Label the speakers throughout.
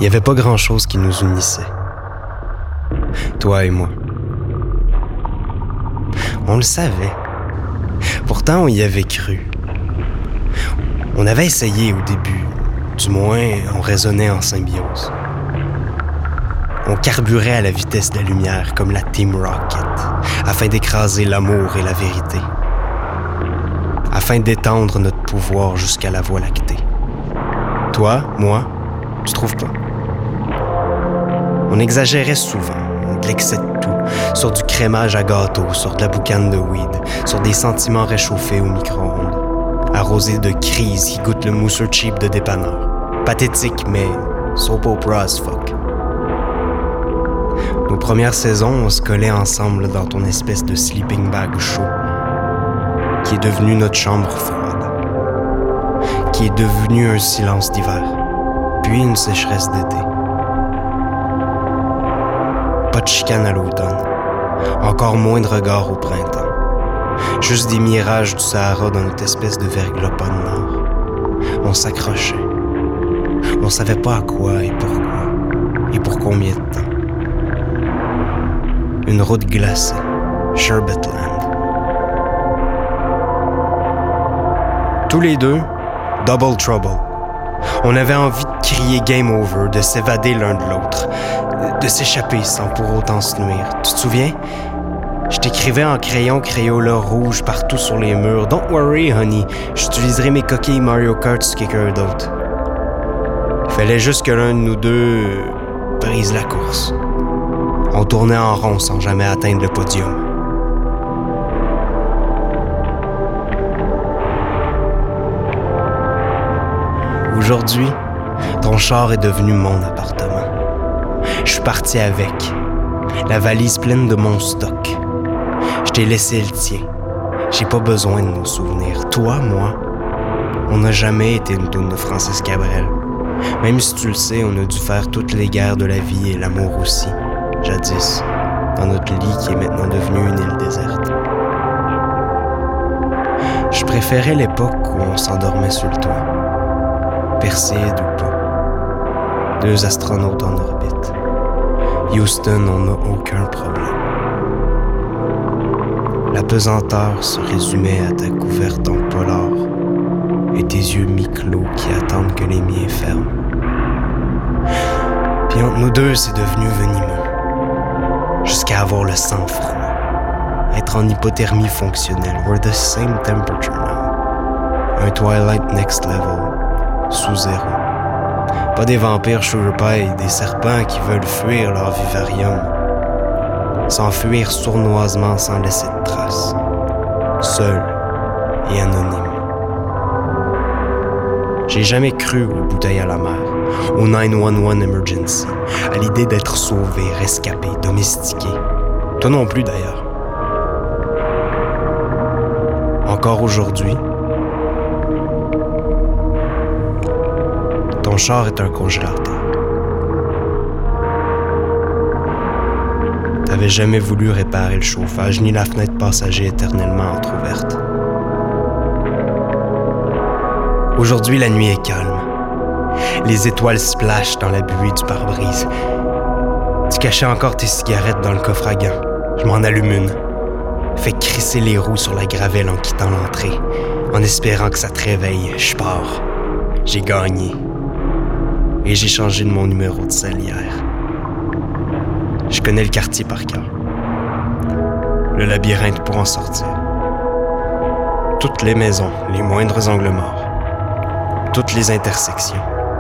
Speaker 1: n'y avait pas grand-chose qui nous unissait. Toi et moi. On le savait. Pourtant, on y avait cru. On avait essayé au début. Du moins, on raisonnait en symbiose. On carburait à la vitesse de la lumière comme la Team Rocket, afin d'écraser l'amour et la vérité. Afin d'étendre notre pouvoir jusqu'à la Voie lactée. Toi, moi, tu trouves pas? On exagérait souvent, de l'excès de tout, sur du crémage à gâteau, sur de la boucane de weed, sur des sentiments réchauffés au micro-ondes, arrosés de crises qui goûtent le mousseux cheap de dépanneur. Pathétique, mais soap opera as fuck. Nos premières saisons, on se collait ensemble dans ton espèce de sleeping bag chaud, qui est devenu notre chambre froide, qui est devenu un silence d'hiver, puis une sécheresse d'été. Pas de chicane à l'automne, encore moins de regards au printemps, juste des mirages du Sahara dans notre espèce de verglas pas de nord. On s'accrochait. On savait pas à quoi et pourquoi, et pour combien de temps. Une route glacée, Sherbetland. Tous les deux, double trouble. On avait envie de crier game over, de s'évader l'un de l'autre, de s'échapper sans pour autant se nuire. Tu te souviens? Je t'écrivais en crayon Crayola rouge partout sur les murs. Don't worry, honey, j'utiliserai mes coquilles Mario Kart sur quelqu'un d'autre. Il fallait juste que l'un de nous deux brise la course. On tournait en rond sans jamais atteindre le podium. Aujourd'hui, ton char est devenu mon appartement. Je suis parti avec, la valise pleine de mon stock. Je t'ai laissé le tien. J'ai pas besoin de nos souvenirs. Toi, moi, on n'a jamais été une toune de Francis Cabrel. Même si tu le sais, on a dû faire toutes les guerres de la vie et l'amour aussi, jadis, dans notre lit qui est maintenant devenu une île déserte. Je préférais l'époque où on s'endormait sur le toit. Perséide ou pas. 2 astronautes en orbite. Houston, on n'a aucun problème. La pesanteur se résumait à ta couverte en polar et tes yeux mi-clos qui attendent que les miens ferment. Puis entre nous deux, c'est devenu venimeux. Jusqu'à avoir le sang froid. Être en hypothermie fonctionnelle. We're the same temperature now. Un Twilight next level. Sous zéro. Pas des vampires sugar pie, des serpents qui veulent fuir leur vivarium. S'enfuir sournoisement sans laisser de traces. Seul et anonyme. J'ai jamais cru aux bouteilles à la mer, au 911 emergency, à l'idée d'être sauvé, rescapé, domestiqué. Toi non plus d'ailleurs. Encore aujourd'hui, ton char est un congélateur. T'avais jamais voulu réparer le chauffage ni la fenêtre passager éternellement entrouverte. Aujourd'hui, la nuit est calme. Les étoiles splashent dans la buée du pare-brise. Tu cachais encore tes cigarettes dans le coffre à gants. Je m'en allume une. Fais crisser les roues sur la gravelle en quittant l'entrée, en espérant que ça te réveille. Je pars. J'ai gagné. Et j'ai changé de mon numéro de salière. Je connais le quartier par cœur. Le labyrinthe pour en sortir. Toutes les maisons, les moindres angles morts. Toutes les intersections.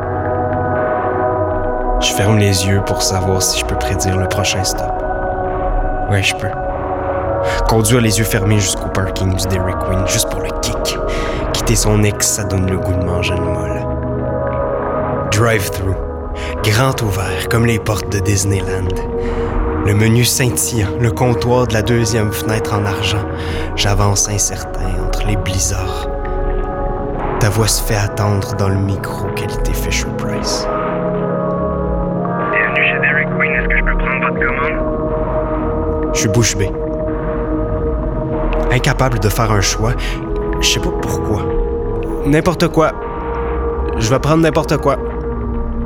Speaker 1: Je ferme les yeux pour savoir si je peux prédire le prochain stop. Ouais, je peux. Conduire les yeux fermés jusqu'au parking du Dairy Queen, juste pour le kick. Quitter son ex, ça donne le goût de manger une molle. Drive-thru. Grand ouvert, comme les portes de Disneyland. Le menu scintillant, le comptoir de la 2e fenêtre en argent. J'avance incertain entre les blizzards. Ta voix se fait attendre dans le micro qualité Fisher-Price.
Speaker 2: Bienvenue chez Dairy Queen, est-ce que je peux prendre votre commande?
Speaker 1: Je suis bouche bée. Incapable de faire un choix, je sais pas pourquoi. N'importe quoi. Je vais prendre n'importe quoi.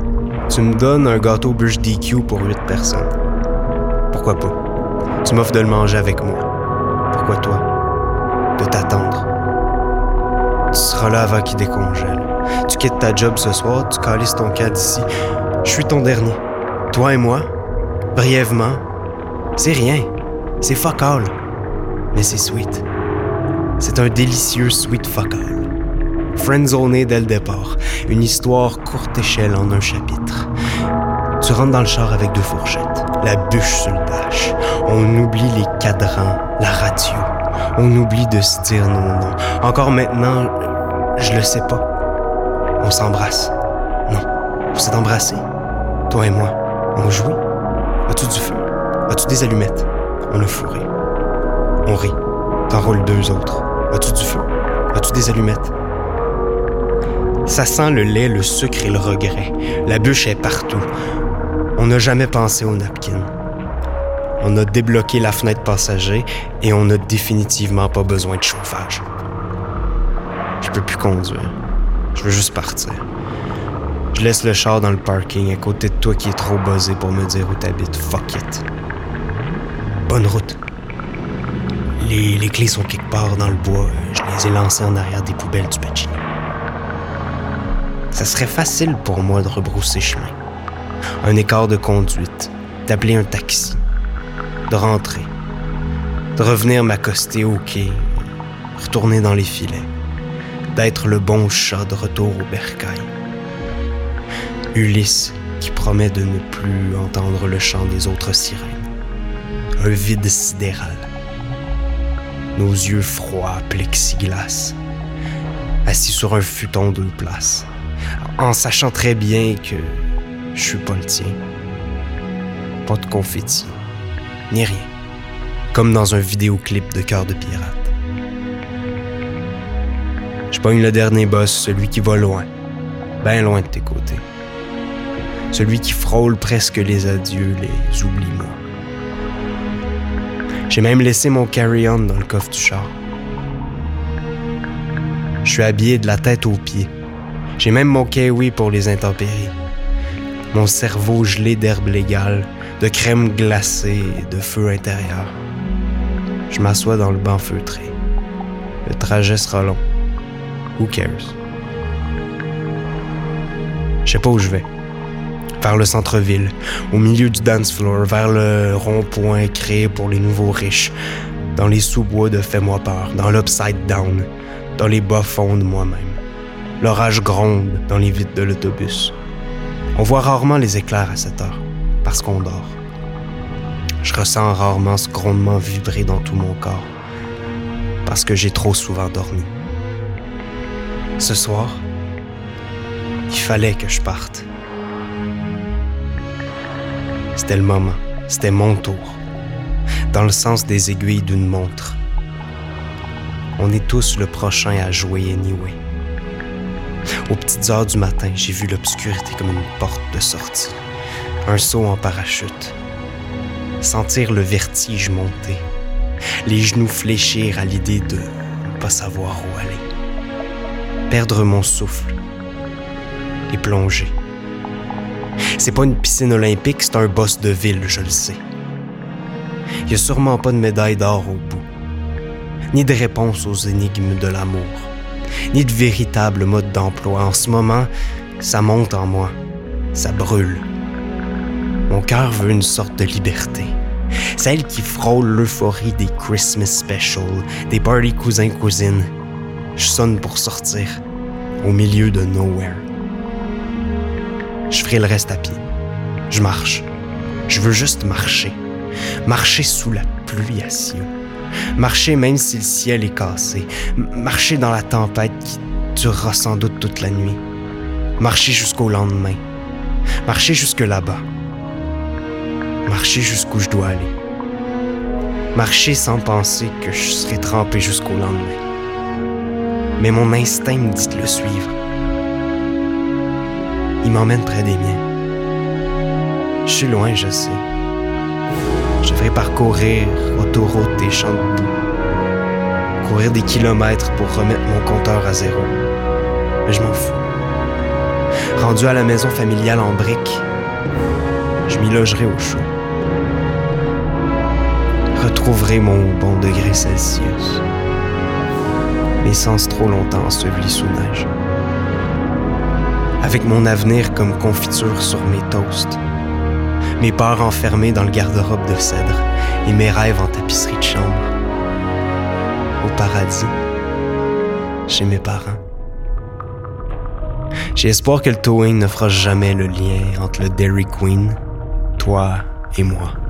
Speaker 1: Tu me donnes un gâteau Bush DQ pour 8 personnes. Pourquoi pas? Tu m'offres de le manger avec moi. Pourquoi toi? De t'attendre. Tu seras là avant qu'il décongèle. Tu quittes ta job ce soir, tu calisses ton cas d'ici. Je suis ton dernier. Toi et moi, brièvement, c'est rien. C'est fuck all. Mais c'est sweet. C'est un délicieux sweet fuck all. Friendzoné dès le départ. Une histoire courte échelle en un chapitre. Tu rentres dans le char avec 2 fourchettes. La bûche sur le dash. On oublie les cadrans, la radio. On oublie de se dire nos noms. Encore maintenant, je le sais pas. On s'embrasse. Non, on s'est embrassé. Toi et moi, on jouit. As-tu du feu? As-tu des allumettes? On a fourré. On rit. T'enroules 2 autres. As-tu du feu? As-tu des allumettes? Ça sent le lait, le sucre et le regret. La bûche est partout. On n'a jamais pensé au napkin. On a débloqué la fenêtre passager et on n'a définitivement pas besoin de chauffage. Je peux plus conduire. Je veux juste partir. Je laisse le char dans le parking à côté de toi qui est trop buzzé pour me dire où t'habites. Fuck it. Bonne route. Les clés sont quelque part dans le bois. Je les ai lancées en arrière des poubelles du Pacini. Ça serait facile pour moi de rebrousser chemin. Un écart de conduite, d'appeler un taxi, de rentrer, de revenir m'accoster au quai, retourner dans les filets, d'être le bon chat de retour au bercail. Ulysse qui promet de ne plus entendre le chant des autres sirènes. Un vide sidéral. Nos yeux froids, plexiglas, assis sur un futon 2 places, en sachant très bien que je suis pas le tien. Pas de confetti, ni rien. Comme dans un vidéoclip de Cœur de pirate. Je pogne le dernier boss, celui qui va loin, ben loin de tes côtés. Celui qui frôle presque les adieux, les oublie-moi. J'ai même laissé mon carry-on dans le coffre du char. Je suis habillé de la tête aux pieds. J'ai même mon kiwi pour les intempéries. Mon cerveau gelé d'herbe légale, de crème glacée et de feu intérieur. Je m'assois dans le banc feutré. Le trajet sera long. Who cares? Je sais pas où je vais. Vers le centre-ville, au milieu du dance floor, vers le rond-point créé pour les nouveaux riches, dans les sous-bois de Fais-moi peur, dans l'Upside Down, dans les bas-fonds de moi-même. L'orage gronde dans les vitres de l'autobus. On voit rarement les éclairs à cette heure, parce qu'on dort. Je ressens rarement ce grondement vibrer dans tout mon corps, parce que j'ai trop souvent dormi. Ce soir, il fallait que je parte. C'était le moment, c'était mon tour, dans le sens des aiguilles d'une montre. On est tous le prochain à jouer anyway. Aux petites heures du matin, j'ai vu l'obscurité comme une porte de sortie, un saut en parachute. Sentir le vertige monter, les genoux fléchir à l'idée de ne pas savoir où aller. Perdre mon souffle et plonger. C'est pas une piscine olympique, c'est un boss de ville, je le sais. Y a sûrement pas de médaille d'or au bout, ni de réponse aux énigmes de l'amour, ni de véritable mode d'emploi. En ce moment, ça monte en moi, ça brûle. Mon cœur veut une sorte de liberté, celle qui frôle l'euphorie des Christmas specials, des party cousins-cousines. Je sonne pour sortir, au milieu de nowhere. Je ferai le reste à pied. Je marche. Je veux juste marcher. Marcher sous la pluie à ciel. Marcher même si le ciel est cassé. Marcher dans la tempête qui durera sans doute toute la nuit. Marcher jusqu'au lendemain. Marcher jusque là-bas. Marcher jusqu'où je dois aller. Marcher sans penser que je serai trempé jusqu'au lendemain. Mais mon instinct me dit de le suivre. Il m'emmène près des miens. Je suis loin, je sais. Je devrais parcourir autoroute et champs de boue. Courir des kilomètres pour remettre mon compteur à zéro. Mais je m'en fous. Rendu à la maison familiale en briques, je m'y logerai au chaud. Retrouverai mon bon degré Celsius. Mes sens trop longtemps ensevelis sous neige. Avec mon avenir comme confiture sur mes toasts. Mes peurs enfermées dans le garde-robe de cèdre et mes rêves en tapisserie de chambre. Au paradis, chez mes parents. J'ai espoir que le towing ne fera jamais le lien entre le Dairy Queen, toi et moi.